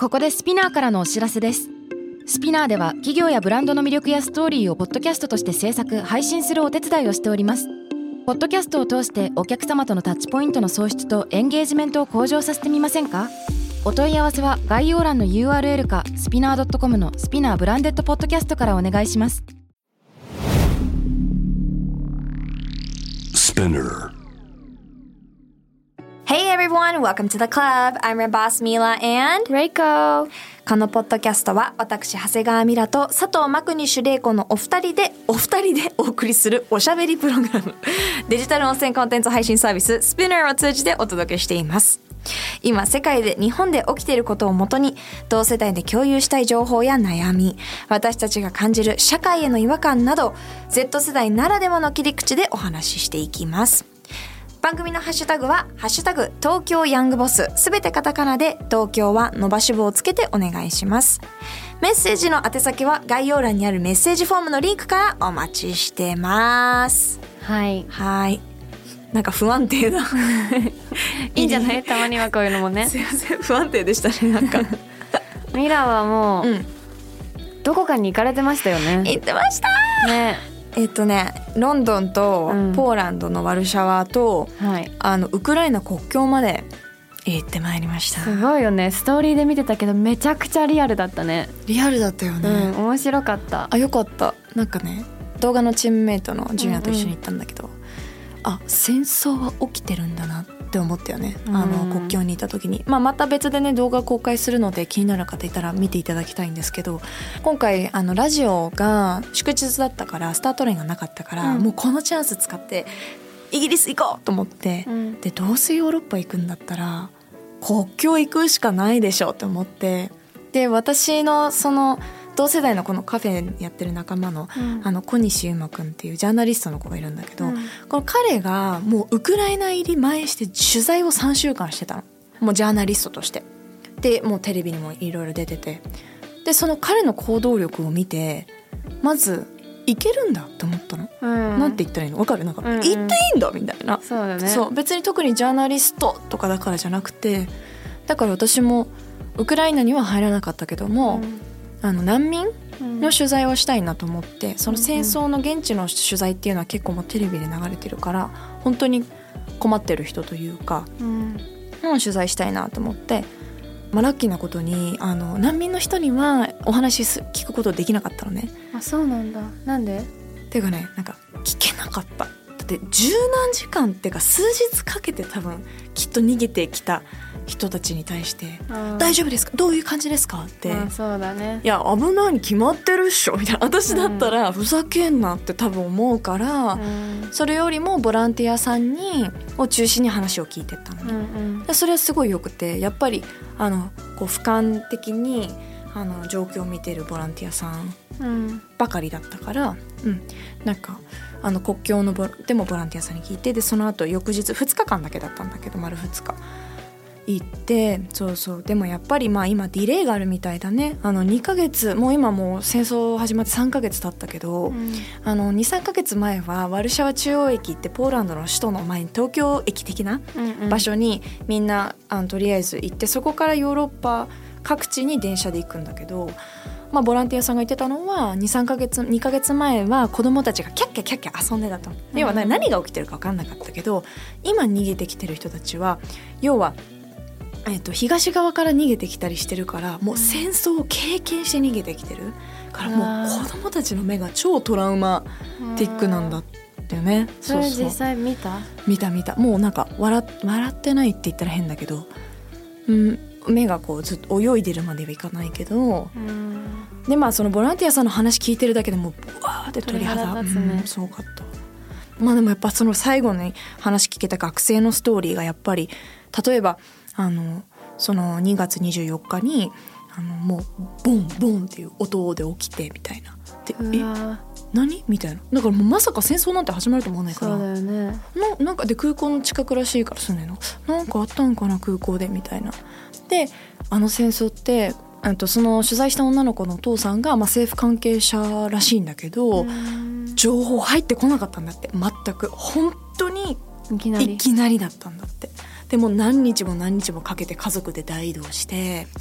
ここでスピナーからのお知らせです。スピナーでは企業やブランドの魅力やストーリーをポッドキャストとして制作・配信するお手伝いをしております。ポッドキャストを通してお客様とのタッチポイントの創出とエンゲージメントを向上させてみませんか？お問い合わせは概要欄の URL かスピナー .com のスピナーブランデッドポッドキャストからお願いします。 Hey everyone, welcome to the club. I'm your boss Mila and Reiko。 このポッドキャストは私長谷川ミラと佐藤真国主玲子のお二人でお送りするおしゃべりプログラム、デジタル音声コンテンツ配信サービス Spinner を通じてお届けしています。今世界で日本で起きていることをもとに同世代で共有したい情報や悩み、私たちが感じる社会への違和感など Z 世代ならではの切り口でお話ししていきます。番組のハッシュタグはハッシュタグ東京ヤングボス、すべてカタカナで東京は伸ばし棒をつけてお願いします。メッセージの宛先は概要欄にあるメッセージフォームのリンクからお待ちしてます。はい。なんか不安定だいいんじゃない？たまにはこういうのもね。 すいません、不安定でしたね。なんかミラはもう、どこかに行かれてましたよね。 行ってましたね。 ロンドンとポーランドのワルシャワと、ウクライナ国境まで行ってまいりました。 すごいよね。ストーリーで見てたけどめちゃくちゃリアルだったね。 リアルだったよね。 面白かった。 よかった。なんかね、動画のチームメイトのジュニアと一緒に行ったんだけど、戦争は起きてるんだなって思ったよね。国境にいた時に、また別でね動画公開するので気になる方いたら見ていただきたいんですけど、今回ラジオが祝日だったからスタートラインがなかったから、もうこのチャンス使ってイギリス行こうと思って、でどうせヨーロッパ行くんだったら国境行くしかないでしょって思って、で私のその同世代のこのカフェやってる仲間の、小西優馬くんっていうジャーナリストの子がいるんだけど、この彼がもうウクライナ入り前して取材を3週間してたの。もうジャーナリストとしてで、もうテレビにもいろいろ出てて、でその彼の行動力を見てまずいけるんだって思ったの。なんて言ったらいいの？分かる？なんか、言っていいんだみたいな。 そうだね。 そう、別に特にジャーナリストとかだからじゃなくて、だから私もウクライナには入らなかったけども、難民の取材をしたいなと思って、その戦争の現地の取材っていうのは結構もうテレビで流れてるから本当に困ってる人というか、取材したいなと思って、ラッキーなことに難民の人にはお話聞くことできなかったのね。 そうなんだ。なんで？ ていうかね、なんか聞けなかった。だって十何時間っていうか数日かけて多分きっと逃げてきた人たちに対して大丈夫ですか？どういう感じですか？って、 そうだね。 いや危ないに決まってるっしょみたいな。私だったらふざけんなって多分思うから、それよりもボランティアさんを中心に話を聞いてったのね。それはすごいよくて、やっぱりこう俯瞰的に状況を見てるボランティアさんばかりだったから、なんか国境のでもボランティアさんに聞いて、でその後翌日2日間だけだったんだけど丸2日行って、そうでもやっぱり今ディレイがあるみたいだね。2ヶ月もう今もう戦争始まって3ヶ月経ったけど、2,3 ヶ月前はワルシャワ中央駅ってポーランドの首都の前に東京駅的な場所にみんなとりあえず行って、そこからヨーロッパ各地に電車で行くんだけど、ボランティアさんが言ってたのは2ヶ月前は子供たちがキャッキャキャッキャ遊んでたと。要は何が起きてるか分かんなかったけど、今逃げてきてる人たちは要は東側から逃げてきたりしてるから、もう戦争を経験して逃げてきてるから、もう子供たちの目が超トラウマティックなんだってよね。 それ実際見た？ 見た。もうなんか笑ってないって言ったら変だけど、目がこうずっと泳いでるまではいかないけど、でそのボランティアさんの話聞いてるだけでもうブワーって鳥肌立つね。すごかった。でもやっぱその最後に話聞けた学生のストーリーがやっぱり、例えばその2月24日にもうボンボンっていう音で起きてみたいな。で何みたいな。だからもうまさか戦争なんて始まると思わないから。 そうだよね。 なんかで空港の近くらしいから住んでるの。なんかあったんかな空港でみたいな。で戦争ってその取材した女の子のお父さんが政府関係者らしいんだけど、情報入ってこなかったんだって。全く本当にいきなりだったんだって。でも何日もかけて家族で大移動してみたいな。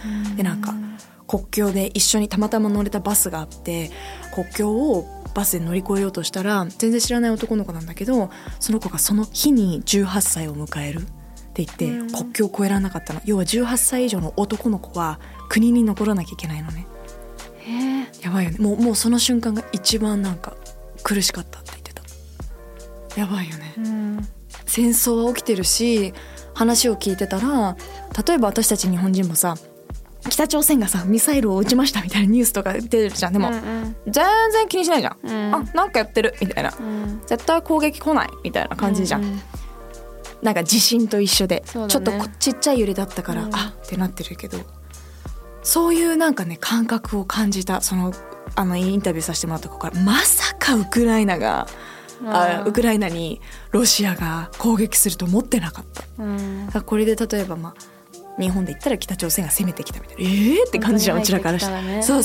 でなんか国境で一緒にたまたま乗れたバスがあって、国境をバスで乗り越えようとしたら全然知らない男の子なんだけど、その子がその日に18歳を迎えるって言って国境を越えられなかったの。要は18歳以上の男の子は国に残らなきゃいけないのね。やばいよね。もうその瞬間が一番なんか苦しかったって言ってた。やばいよね、戦争は起きてるし、話を聞いてたら、例えば私たち日本人もさ、北朝鮮がさミサイルを撃ちましたみたいなニュースとか出てるじゃん。でも、全然気にしないじゃん、あ、なんかやってるみたいな、絶対攻撃来ないみたいな感じじゃん、なんか地震と一緒で、ちょっとちっちゃい揺れだったから、あってなってるけど、そういうなんかね感覚を感じた。そのインタビューさせてもらった子から、まさかウクライナにロシアが攻撃すると思ってなかった、だからこれで例えば日本で言ったら北朝鮮が攻めてきたみたいな、って感じじゃん、うちらからしたら、そう。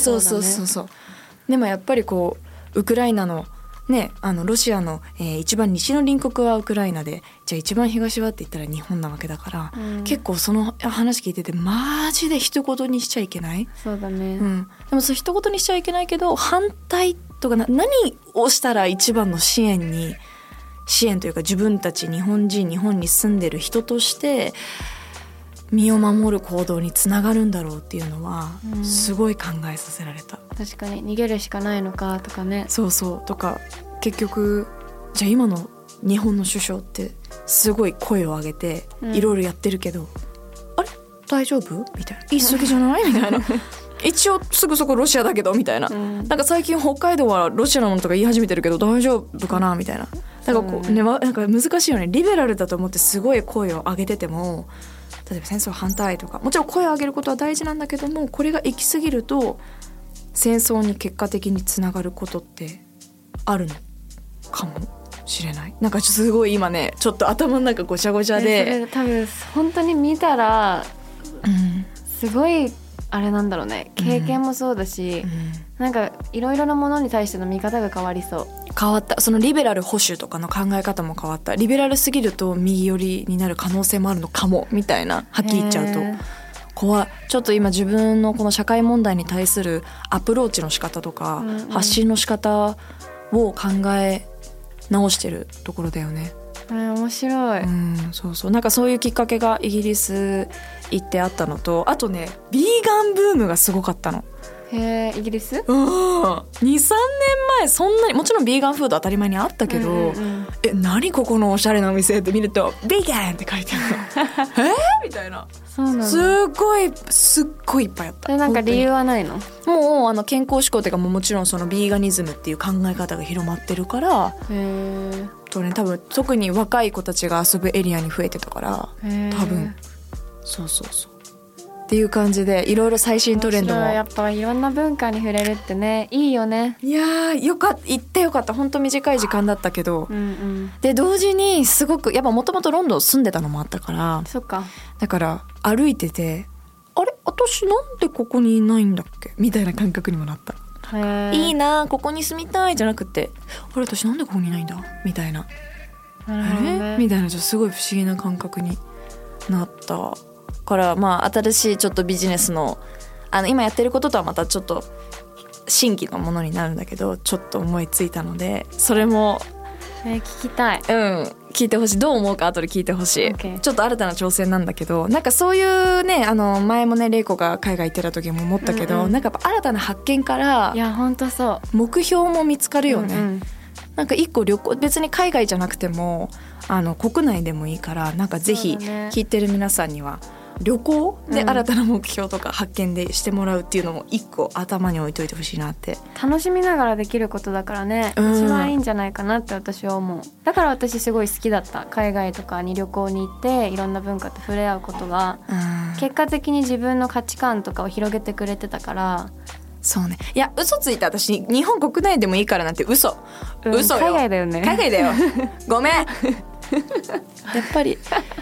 でもやっぱりこうウクライナのね、ロシアの、一番西の隣国はウクライナで、じゃあ一番東はって言ったら日本なわけだから、結構その話聞いててマジで一言にしちゃいけない。 そうだね、 でもそれ一言にしちゃいけないけど、反対とか何をしたら一番の支援というか、自分たち日本に住んでる人として身を守る行動につながるんだろうっていうのは、すごい考えさせられた。 確かに逃げるしかないのかとかね。 そうとか、結局じゃあ今の日本の首相ってすごい声を上げていろいろやってるけど、あれ大丈夫みたいな、言い過ぎじゃないみたいな一応すぐそこロシアだけどみたいな、なんか最近北海道はロシアのものとか言い始めてるけど大丈夫かなみたいな、なんかこうね、なんか難しいよね。リベラルだと思ってすごい声を上げてても、例えば戦争反対とか、もちろん声を上げることは大事なんだけども、これが行き過ぎると戦争に結果的につながることってあるのかもしれない。なんかすごい今ねちょっと頭の中ごちゃごちゃで、 それ多分本当に見たら、すごいあれなんだろうね、経験もそうだし、なんかいろいろなものに対しての見方が変わりそう。 変わった。そのリベラル保守とかの考え方も変わった。リベラルすぎると右寄りになる可能性もあるのかもみたいな、はっきり言っちゃうと怖い。ちょっと今自分のこの社会問題に対するアプローチの仕方とか、発信の仕方を考え直してるところだよね。 面白い、 そうなんかそういうきっかけがイギリス行ってあったのと、あとねビーガンブームがすごかったの。 へえ、イギリス ？2、3年前そんなに、もちろんビーガンフード当たり前にあったけど、何ここのおしゃれなお店って見るとビーガンって書いてあるのみたいな。 そうなの。 すっごいいっぱいあった。 なんか理由はないの？ もう健康志向っていうか、もちろんそのビーガニズムっていう考え方が広まってるから、多分特に若い子たちが遊ぶエリアに増えてたから、多分そうっていう感じで、いろいろ最新トレンドも。 やっぱいろんな文化に触れるってね、いいよね。 いやー行ってよかった。本当短い時間だったけど、で同時にすごくやっぱもともとロンドン住んでたのもあったから、 そっか。だから歩いてて、あれ私なんでここにいないんだっけみたいな感覚にもなった。いいなここに住みたいじゃなくて、あれ私なんでここにいないんだみたいな、あれみたいな、すごい不思議な感覚になったから、新しいちょっとビジネスの今やってることとはまたちょっと新規のものになるんだけど、ちょっと思いついたので、それも聞きたい。 聞いてほしい。どう思うか後で聞いてほしい、 okay. ちょっと新たな挑戦なんだけど、なんかそういうね、前もね玲子が海外行ってた時も思ったけど、なんかやっぱ新たな発見から、 いや本当そう、 目標も見つかるよね、なんか一個旅行、別に海外じゃなくても国内でもいいから、なんかぜひ聞いてる皆さんには旅行で新たな目標とか発見でしてもらうっていうのも一個頭に置いといてほしいなって。 楽しみながらできることだからね、一番いいんじゃないかなって私は思う。だから私すごい好きだった。海外とかに旅行に行っていろんな文化と触れ合うことが、結果的に自分の価値観とかを広げてくれてたから。 そうね。いや嘘ついた。私日本国内でもいいからなんて嘘よ。 海外だよね。 海外だよごめんやっぱり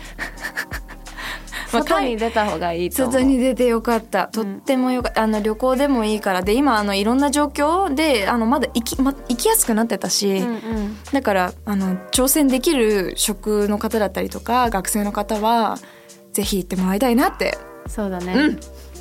外に出た方がいいと思う。 外に出てよかった。とってもよかった。旅行でもいいから。で今いろんな状況でまだ行きやすくなってたし、だから挑戦できる職の方だったりとか学生の方はぜひ行ってもらいたいなって。 そうだね、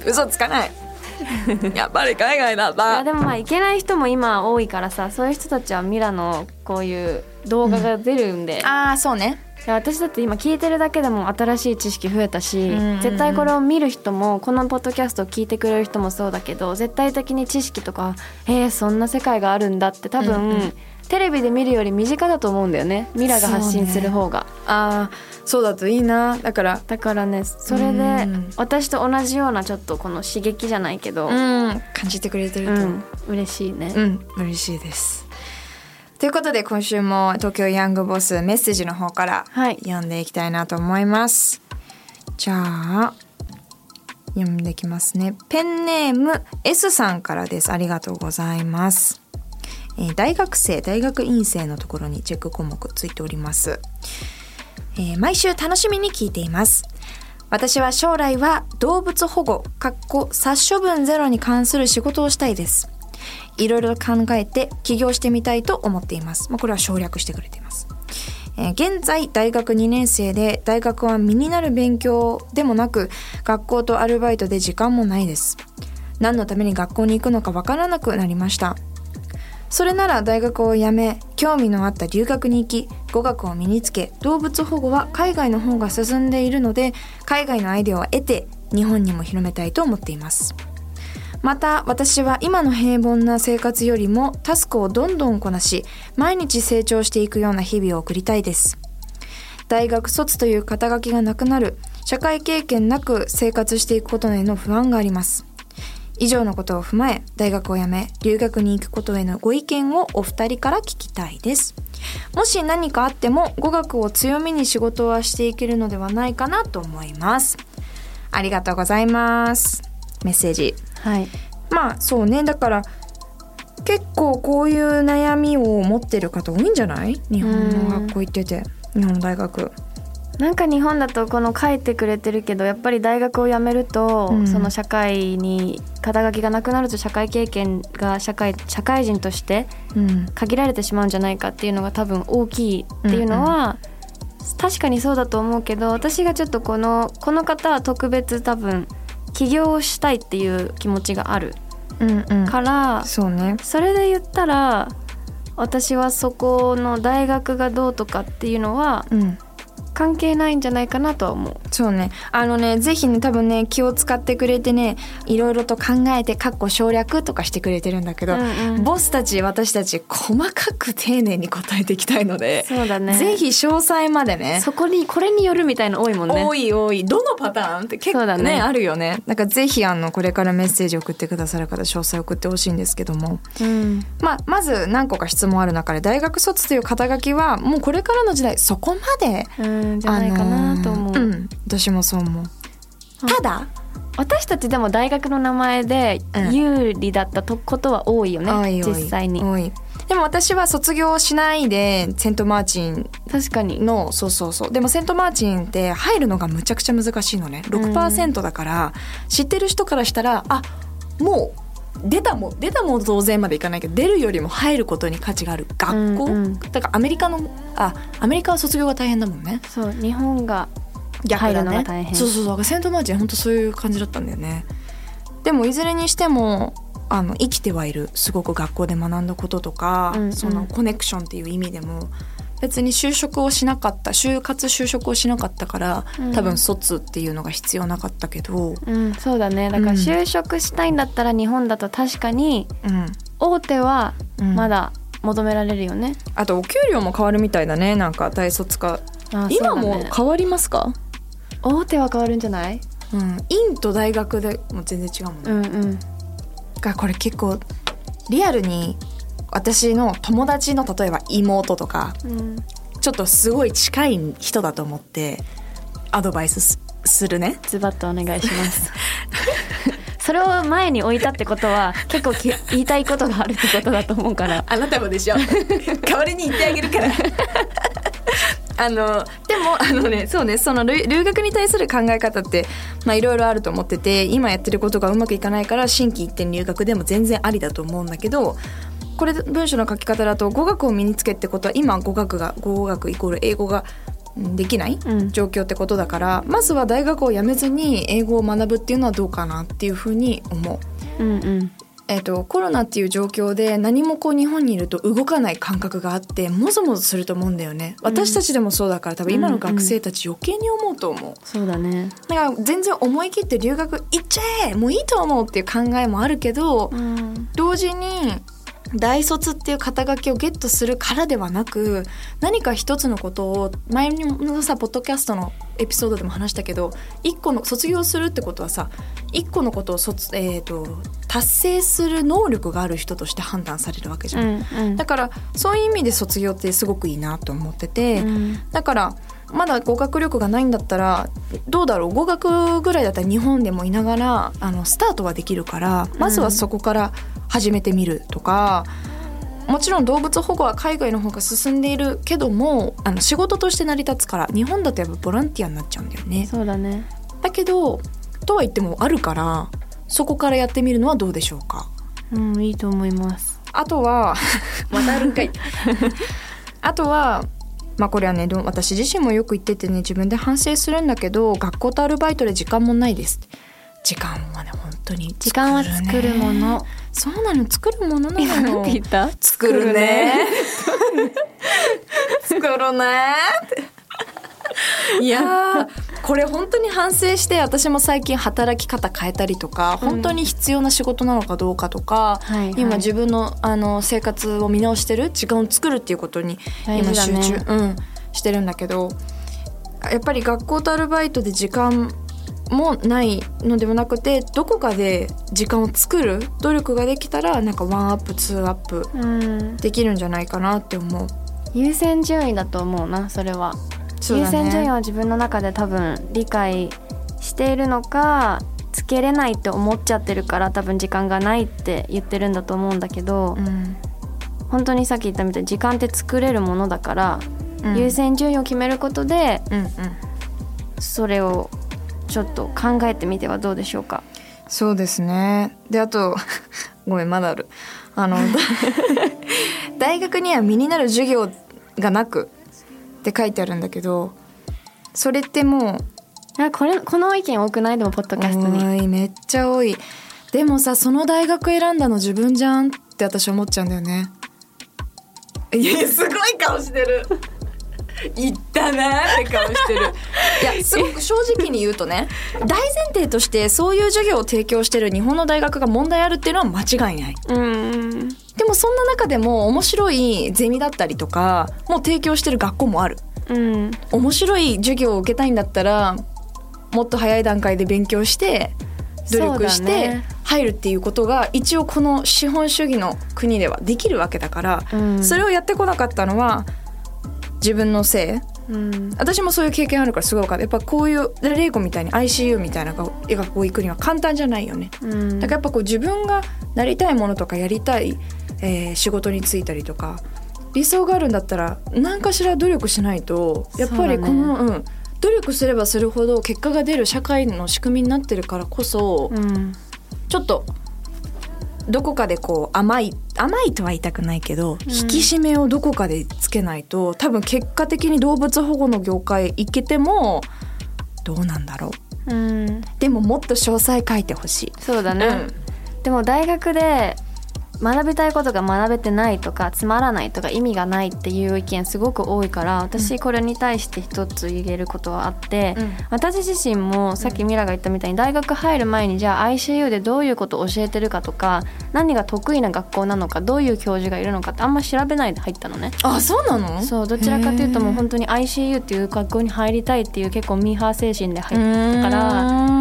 嘘つかないやっぱり海外だった。 いやでもまあ行けない人も今多いからさ、そういう人たちはミラのこういう動画が出るんで、 ああそうね。 いや私だって今聞いてるだけでも新しい知識増えたし、 ん絶対これを見る人もこのポッドキャストを聞いてくれる人もそうだけど、絶対的に知識とかそんな世界があるんだって多分、テレビで見るより身近だと思うんだよね、ミラが発信する方が。 ああそうだといいな。だからね、それで私と同じようなちょっとこの刺激じゃないけど、 感じてくれてると、 嬉しいね。 嬉しいです。ということで今週も東京ヤングボスメッセージの方から読んでいきたいなと思います。じゃあ読んできますね。ペンネーム S さんからです。ありがとうございます。大学院生のところにチェック項目ついております。毎週楽しみに聞いています。私は将来は動物保護殺処分ゼロに関する仕事をしたいです。いろいろ考えて起業してみたいと思っています。これは省略してくれています。現在大学2年生で、大学は身になる勉強でもなく学校とアルバイトで時間もないです。何のために学校に行くのかわからなくなりました。それなら大学を辞め、興味のあった留学に行き、語学を身につけ、動物保護は海外の方が進んでいるので、海外のアイデアを得て日本にも広めたいと思っています。また私は今の平凡な生活よりもタスクをどんどんこなし、毎日成長していくような日々を送りたいです。大学卒という肩書きがなくなる、社会経験なく生活していくことへの不安があります。以上のことを踏まえ、大学を辞め留学に行くことへのご意見をお二人から聞きたいです。もし何かあっても語学を強みに仕事はしていけるのではないかなと思います。ありがとうございます。メッセージ。そうね、だから結構こういう悩みを持ってる方多いんじゃない？日本の学校行ってて、日本の大学。 なんか日本だとこの書いてくれてるけど、やっぱり大学を辞めると、その社会に肩書きがなくなると社会経験が社会人として限られてしまうんじゃないかっていうのが多分大きいっていうのは、確かにそうだと思うけど、私がちょっとこの方は特別多分起業をしたいっていう気持ちがあるから、 そうね、 それで言ったら私はそこの大学がどうとかっていうのは、関係ないんじゃないかなとは思う。 そうね、ぜひね、多分ね気を使ってくれてね、いろいろと考えて省略とかしてくれてるんだけど、ボスたち私たち細かく丁寧に答えていきたいので、 そうだね、 ぜひ詳細までね、 そこにこれによるみたいな多いもんね。 多いどのパターンって結構 ねあるよね。だからぜひこれからメッセージ送ってくださる方、詳細送ってほしいんですけども、まず何個か質問ある中で、大学卒という肩書きはもうこれからの時代そこまでじゃないかなと思う。 私もそう思う。ただ私たちでも大学の名前で有利だったことは多いよね、実際に。 多い。でも私は卒業しないでセントマーチンの、 確かにそうでもセントマーチンって入るのがむちゃくちゃ難しいのね。 6% だから、知ってる人からしたらもう出たも同然までいかないけど、出るよりも入ることに価値がある学校、だからアメリカは卒業が大変だもんね。 そう、日本が入るのが大変。 そうセントマーチン本当そういう感じだったんだよね。でもいずれにしても生きてはいる、すごく学校で学んだこととか、そのコネクションっていう意味でも別に就活就職をしなかったから、多分卒っていうのが必要なかったけど、 そうだね。だから就職したいんだったら日本だと確かに大手はまだ求められるよね。 あとお給料も変わるみたいだね。なんか大卒か、今も変わりますか？ 大手は変わるんじゃない？ 院と大学でも全然違うもんね。これ結構リアルに私の友達の例えば妹とか、ちょっとすごい近い人だと思ってアドバイスするね。 ズバッとお願いしますそれを前に置いたってことは結構言いたいことがあるってことだと思うからあなたもでしょ代わりに言ってあげるからでもね、そうね、その留学に対する考え方っていろいろあると思ってて、今やってることがうまくいかないから新規一点留学でも全然ありだと思うんだけど、これ文章の書き方だと語学を身につけってことは、今語学イコール英語ができない状況ってことだから、まずは大学を辞めずに英語を学ぶっていうのはどうかなっていうふうに思う。コロナっていう状況で何もこう日本にいると動かない感覚があってもぞもぞすると思うんだよね。私たちでもそうだから多分今の学生たち余計に思うと思う。 そうだね。 だから全然思い切って留学行っちゃえもういいと思うっていう考えもあるけど、同時に大卒っていう肩書きをゲットするからではなく、何か一つのことを前のさポッドキャストのエピソードでも話したけど、一個の卒業するってことはさ、一個のことを達成する能力がある人として判断されるわけじゃん、だからそういう意味で卒業ってすごくいいなと思ってて、だからまだ語学力がないんだったらどうだろう、語学ぐらいだったら日本でもいながらスタートはできるから、まずはそこから始めてみるとか、もちろん動物保護は海外の方が進んでいるけども仕事として成り立つから、日本だとやっぱボランティアになっちゃうんだよね。 そうだね。 だけどとは言ってもあるから、そこからやってみるのはどうでしょうか。 いいと思います。 あとはまたあるんかいあとはこれはね私自身もよく言っててね、自分で反省するんだけど、学校とアルバイトで時間もないです。時間はね本当に時間は作るもの。 そうなの、作るものなのよ。 なんて言った？ 作るね作るねいやこれ本当に反省して、私も最近働き方変えたりとか、本当に必要な仕事なのかどうかとか、今自分の生活を見直してる、時間を作るっていうことに今集中、してるんだけど、やっぱり学校とアルバイトで時間もないのではなくて、どこかで時間を作る努力ができたら、なんか1アップ2アップできるんじゃないかなって思う。 優先順位だと思うな、それは。そうだね、優先順位は自分の中で多分理解しているのか、つけれないって思っちゃってるから多分時間がないって言ってるんだと思うんだけど、本当にさっき言ったみたいに時間って作れるものだから、優先順位を決めることで、それをちょっと考えてみてはどうでしょうか。 そうですね。であとごめんまだある大学には身になる授業がなくって書いてあるんだけど、それってもうこの意見多くない？でもポッドキャストに多い、めっちゃ多い。でもさ、その大学選んだの自分じゃんって私思っちゃうんだよね。いやすごい顔してる言ったなって顔してるいやすごく正直に言うとね、大前提としてそういう授業を提供してる日本の大学が問題あるっていうのは間違いない。でもそんな中でも面白いゼミだったりとかも提供してる学校もある、面白い授業を受けたいんだったらもっと早い段階で勉強して努力して入るっていうことが一応この資本主義の国ではできるわけだから、それをやってこなかったのは自分のせい、私もそういう経験あるからすごい分かる。やっぱこういう玲子みたいに ICU みたいな学校行くには簡単じゃないよね、だからやっぱこう自分がなりたいものとかやりたい、仕事に就いたりとか理想があるんだったら何かしら努力しないと、やっぱりこの、努力すればするほど結果が出る社会の仕組みになってるからこそ、ちょっとどこかでこう甘いとは言いたくないけど、引き締めをどこかでつけないと、多分結果的に動物保護の業界行けてもどうなんだろう、でももっと詳細書いてほしい。 そうだね、でも大学で学びたいことが学べてないとかつまらないとか意味がないっていう意見すごく多いから、私これに対して一つ言えることはあって、私自身もさっきミラが言ったみたいに大学入る前にじゃあ ICU でどういうことを教えてるかとか、何が得意な学校なのか、どういう教授がいるのかってあんま調べないで入ったのね。 あ、そうなの？ そう、どちらかというともう本当に ICU っていう学校に入りたいっていう結構ミーハー精神で入ったから、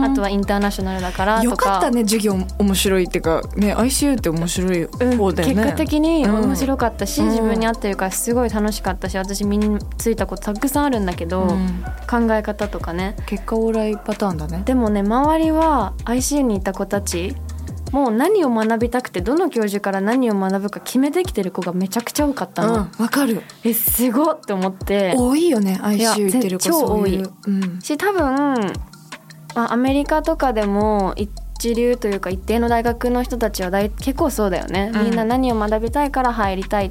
あとはインターナショナルだからとか。 よかったね、授業面白いっていうかね、 ICU って面白い方だよね、 結果的に面白かったし、自分に合ってるからすごい楽しかったし、私身についたことたくさんあるんだけど、考え方とかね、 結果オーライパターンだね。 でもね、周りは ICU にいた子たちもう何を学びたくてどの教授から何を学ぶか決めてきてる子がめちゃくちゃ多かったの。 わかる。 すごって思って。 多いよね ICU 行ってる子。 超多い、し多分アメリカとかでも一流というか一定の大学の人たちは結構そうだよね、みんな何を学びたいから入りたい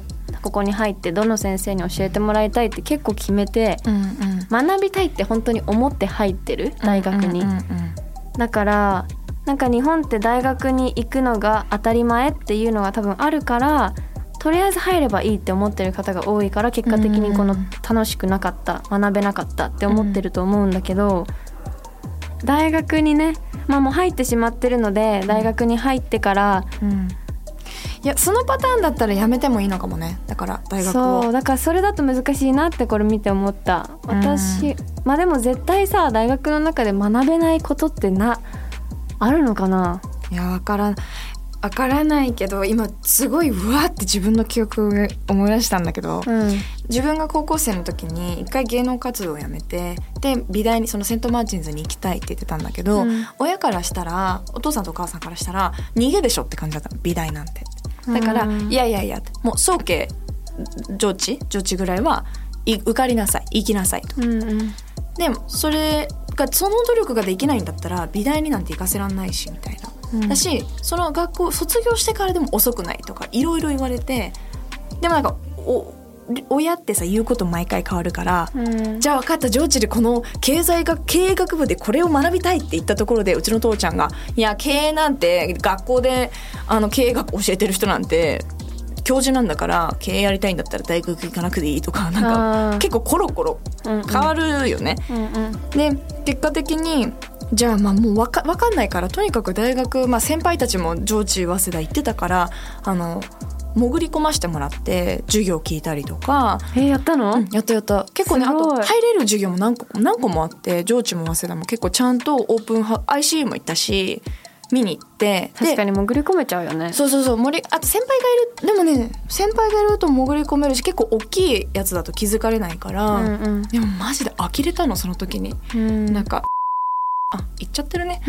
ここに入ってどの先生に教えてもらいたいって結構決めて、学びたいって本当に思って入ってる大学に、だからなんか日本って大学に行くのが当たり前っていうのが多分あるから、とりあえず入ればいいって思ってる方が多いから、結果的にこの楽しくなかった、学べなかったって思ってると思うんだけど、大学にね、もう入ってしまってるので、大学に入ってから、 いやそのパターンだったらやめてもいいのかもね。だから大学を、 そうだからそれだと難しいなってこれ見て思った。私、まあでも絶対さ、大学の中で学べないことってあるのかな。 いやわからないけど、今すごいうわーって自分の記憶を思い出したんだけど、自分が高校生の時に一回芸能活動をやめて、で美大にそのセントマーチンズに行きたいって言ってたんだけど、親からしたら、お父さんとお母さんからしたら逃げでしょって感じだったの、美大なんて。だから、いやもう早慶上智ぐらいは受かりなさい、行きなさいと、でもその努力ができないんだったら美大になんて行かせらんないしみたいな、だしその学校卒業してからでも遅くないとかいろいろ言われて、でもなんか親ってさ言うこと毎回変わるから、じゃあ分かった、上智でこの経営学部でこれを学びたいって言ったところで、うちの父ちゃんが、いや経営なんて学校で経営学教えてる人なんて教授なんだから、経営やりたいんだったら大学行かなくていいとか、なんか結構コロコロ変わるよね、で結果的にじゃあもう分かんないから、とにかく大学、先輩たちも上智早稲田行ってたから、潜り込ましてもらって授業聞いたりとか。 やったの？ やった結構ね。あと入れる授業も何個もあって、上智も早稲田も結構ちゃんとオープンICU も行ったし見に行って、 確かに潜り込めちゃうよね。 そうあと先輩がいる。でもね、先輩がいると潜り込めるし、結構大きいやつだと気づかれないから、でもマジで呆れたの、その時に、なんか言っちゃってるね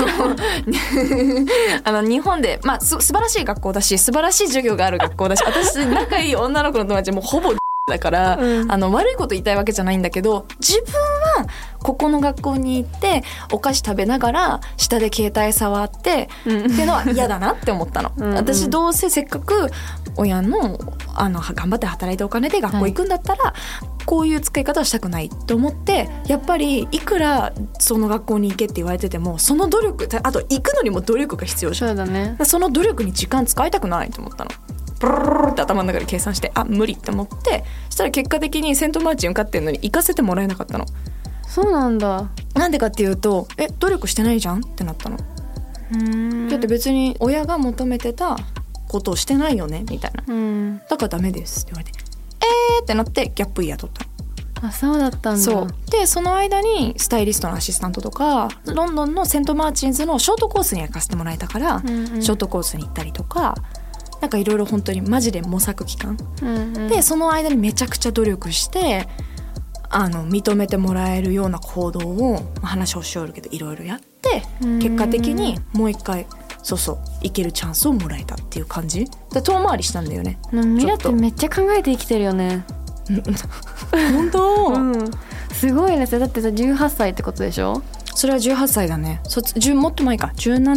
日本で、素晴らしい学校だし、素晴らしい授業がある学校だし、私仲いい女の子の友達もほぼだから、悪いこと言いたいわけじゃないんだけど、自分はここの学校に行ってお菓子食べながら下で携帯触って、っていうのは嫌だなって思ったの。私どうせせっかく親の頑張って働いてお金で学校行くんだったら、こういう使い方はしたくないと思って、やっぱりいくらその学校に行けって言われてても、その努力、あと行くのにも努力が必要じゃん。 そうだね。 その努力に時間使いたくないと思ったの。ブルルルって頭の中で計算して、無理って思って、そしたら結果的にセントマーチン受かってんのに行かせてもらえなかったの。 そうなんだ。 なんでかっていうと、努力してないじゃんってなったの。だって別に親が求めてたことをしてないよねみたいな、だからダメですって言われて、ってなってギャップイヤー取ったの。 そうだったんだ。 そうで、その間にスタイリストのアシスタントとか、ロンドンのセントマーチンズのショートコースに行かせてもらえたから、ショートコースに行ったりとか、なんかいろいろ本当にマジで模索期間、でその間にめちゃくちゃ努力して認めてもらえるような行動を、話をしよるけどいろいろやって、結果的にもう一回行けるチャンスをもらえたっていう感じで、遠回りしたんだよね。 ミラってめっちゃ考えて生きてるよね本当、 すごいですよ。だってさ18歳ってことでしょ。 それは18歳だね。もっと前か、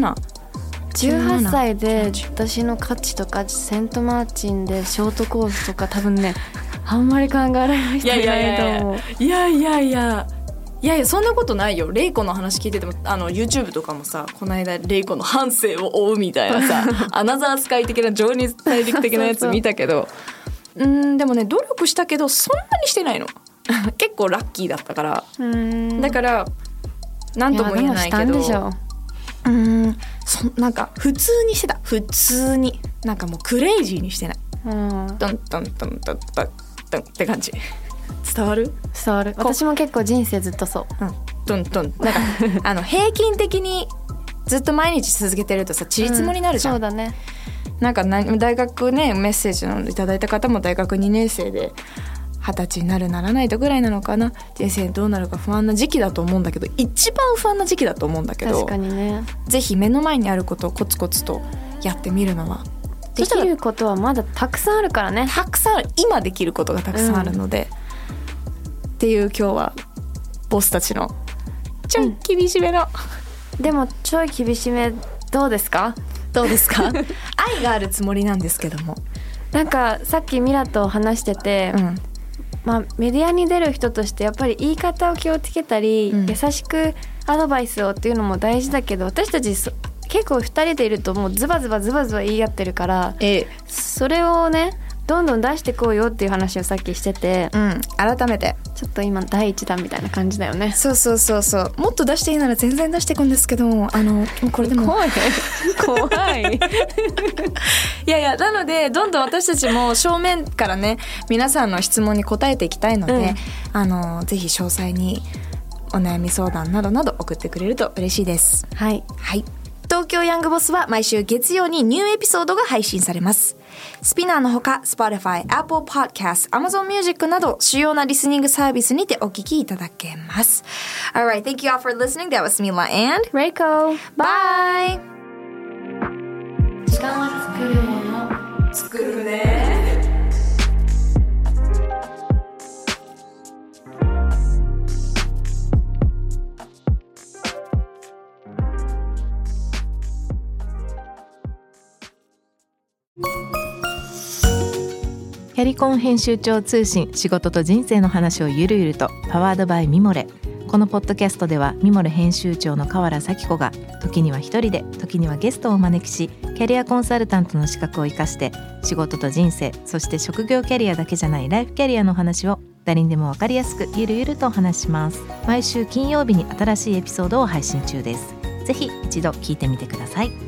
18歳で私の価値とかセントマーチンでショートコースとか多分ねあんまり考えられない人いないと思う。 いやそんなことないよ。レイコの話聞いててもYouTube とかもさ、この間レイコの半生を追うみたいなさアナザースカイ的な情熱大陸的なやつ見たけどでもね、努力したけどそんなにしてないの結構ラッキーだったから、だからなんとも言えないけど、なんか普通にしてた。普通になんかもうクレイジーにしてない。トントントントントントンって感じ。伝わる？ 私も結構人生ずっとそう。 トントンなんか平均的にずっと毎日続けてるとさ、ちりつもになるじゃん。 そうだね。 なんか大学ね、メッセージのいただいた方も大学2年生で20歳になるならないとぐらいなのかな。人生どうなるか不安な時期だと思うんだけど、一番不安な時期だと思うんだけど、 確かにね。ぜひ目の前にあることをコツコツとやってみるのは、 できることはまだたくさんあるからね。 たくさん今できることがたくさんあるので、っていう今日はボスたちのちょい厳しめの、 でもちょい厳しめどうですか愛があるつもりなんですけども、 なんかさっきミラと話してて、メディアに出る人としてやっぱり言い方を気をつけたり、優しくアドバイスをっていうのも大事だけど、私たち結構2人でいるともうズバズバ言い合ってるから、それをねどんどん出してこうよっていう話をさっきしてて、 改めてちょっと今第一弾みたいな感じだよね。 そうもっと出していいなら全然出していくんですけど、これでも怖いいやなのでどんどん私たちも正面からね皆さんの質問に答えていきたいので、ぜひ詳細にお悩み相談などなど送ってくれると嬉しいです。はい、東京ヤングボスは毎週月曜にニューエピソードが配信されます。スピナーのほか Spotify、Apple Podcast、Amazon Music など主要なリスニングサービスにてお聞きいただけます。 Alright, thank you all for listening. That was Mila and Reiko. Bye. 時間は作るもの作るね。 キャリコン編集長通信、仕事と人生の話をゆるゆると、パワードバイミモレ。このポッドキャストではミモレ編集長の河原咲子が時には一人で時にはゲストをお招きし、キャリアコンサルタントの資格を生かして仕事と人生、そして職業キャリアだけじゃないライフキャリアの話を誰にでも分かりやすくゆるゆるとお話します。毎週金曜日に新しいエピソードを配信中です。ぜひ一度聞いてみてください。